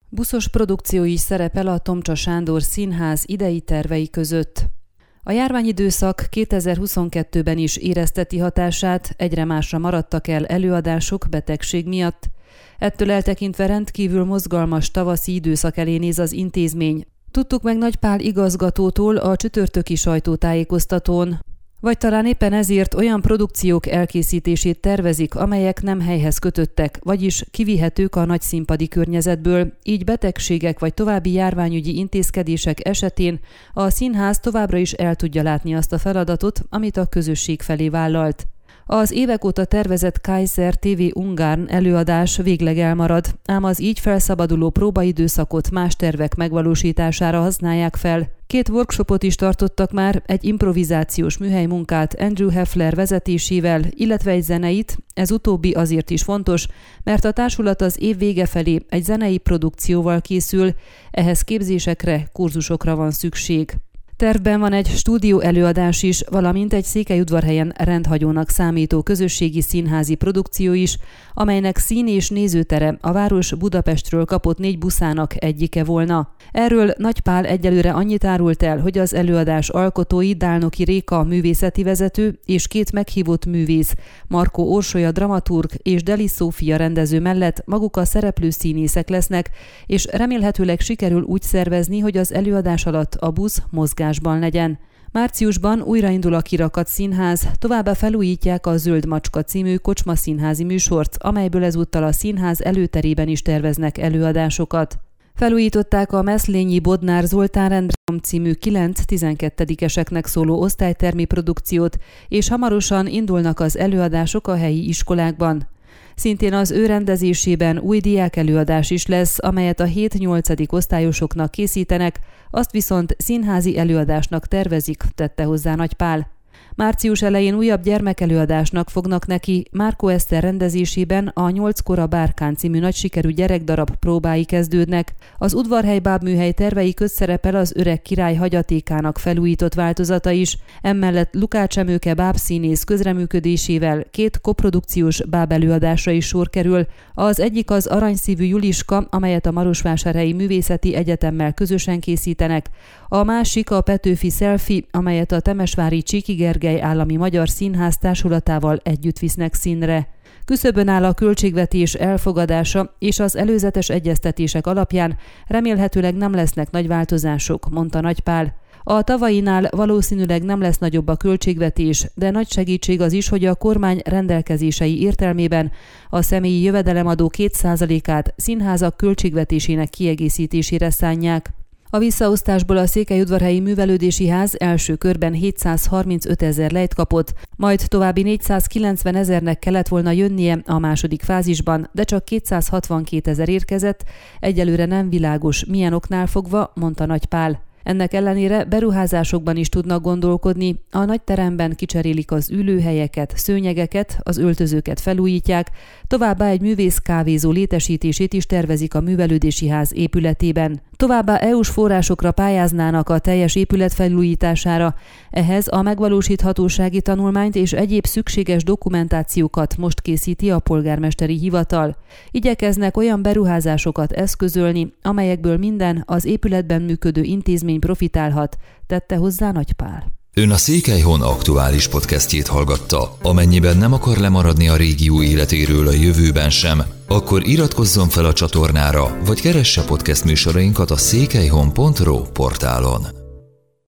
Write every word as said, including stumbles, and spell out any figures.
Buszos produkció is szerepel a Tomcsa Sándor Színház idei tervei között. A járványidőszak kétezer-huszonkettőben is érezteti hatását, egyre másra maradtak el előadások betegség miatt. Ettől eltekintve rendkívül mozgalmas tavaszi időszak elé néz az intézmény. Tudtuk meg Nagy Pál igazgatótól a csütörtöki sajtótájékoztatón. Vagy talán éppen ezért olyan produkciók elkészítését tervezik, amelyek nem helyhez kötöttek, vagyis kivihetők a nagyszínpadi környezetből, így betegségek vagy további járványügyi intézkedések esetén a színház továbbra is el tudja látni azt a feladatot, amit a közösség felé vállalt. Az évek óta tervezett Kaiser té vé Ungarn előadás végleg elmarad, ám az így felszabaduló próbaidőszakot más tervek megvalósítására használják fel. Két workshopot is tartottak már, egy improvizációs műhelymunkát Andrew Heffler vezetésével, illetve egy zeneit, ez utóbbi azért is fontos, mert a társulat az év vége felé egy zenei produkcióval készül, ehhez képzésekre, kurzusokra van szükség. Tervben van egy stúdió előadás is, valamint egy Székelyudvarhelyen rendhagyónak számító közösségi színházi produkció is, amelynek szín- és nézőtere a város Budapestről kapott négy buszának egyike volna. Erről Nagy Pál egyelőre annyit árult el, hogy az előadás alkotói Dálnoki Réka művészeti vezető és két meghívott művész, Markó Orsolya dramaturg és Deli Szófia rendező mellett maguk a szereplő színészek lesznek, és remélhetőleg sikerül úgy szervezni, hogy az előadás alatt a busz mozgásban legyen. Márciusban újraindul a Kirakat Színház, továbbá felújítják a Zöld Macska című kocsma színházi műsort, amelyből ezúttal a színház előterében is terveznek előadásokat. Felújították a Meszlényi Bodnár Zoltán Rendreom című kilenc-tizenkettedikeseknek szóló osztálytermi produkciót, és hamarosan indulnak az előadások a helyi iskolákban. Szintén az ő rendezésében új diák előadás is lesz, amelyet a hét-nyolcadik osztályosoknak készítenek, azt viszont színházi előadásnak tervezik, tette hozzá Nagy Pál. Március elején újabb gyermekelőadásnak fognak neki, Márkó Eszter rendezésében a Nyolckor a Bárkán című nagy sikerű gyerekdarab próbái kezdődnek. Az Udvarhely bábműhely tervei közt szerepel az Öreg Király hagyatékának felújított változata is, emellett Lukács Emőke bábszínész közreműködésével két koprodukciós bábelőadásra is sor kerül. Az egyik az Aranyszívű Juliska, amelyet a Marosvásárhelyi Művészeti Egyetemmel közösen készítenek, a másik a Petőfi Selfie, amelyet a Temesvári Csíki Gergely Állami Magyar Színház társulatával együtt visznek színre. Küszöbön áll a költségvetés elfogadása, és az előzetes egyeztetések alapján remélhetőleg nem lesznek nagy változások, mondta Nagy Pál. A tavainál valószínűleg nem lesz nagyobb a költségvetés, de nagy segítség az is, hogy a kormány rendelkezései értelmében a személyi jövedelemadó két százalékát színházak költségvetésének kiegészítésére szánják. A visszaosztásból a Székelyudvarhelyi Művelődési Ház első körben hétszázharmincöt ezer lejt kapott, majd további négyszázkilencven ezernek kellett volna jönnie a második fázisban, de csak kétszázhatvankét ezer érkezett, egyelőre nem világos, milyen oknál fogva, mondta Nagy Pál. Ennek ellenére beruházásokban is tudnak gondolkodni, a nagy teremben kicserélik az ülőhelyeket, szőnyegeket, az öltözőket felújítják, továbbá egy művész kávézó létesítését is tervezik a Művelődési Ház épületében. Továbbá é u-s forrásokra pályáznának a teljes épület felújítására, ehhez a megvalósíthatósági tanulmányt és egyéb szükséges dokumentációkat most készíti a polgármesteri hivatal. Igyekeznek olyan beruházásokat eszközölni, amelyekből minden az épületben működő intézmény profitálhat, tette hozzá Nagy Pál. Ön a Székelyhon aktuális podcastjét hallgatta. Amennyiben nem akar lemaradni a régió életéről a jövőben sem, akkor iratkozzon fel a csatornára, vagy keresse podcast műsorainkat a székelyhon pont ro portálon.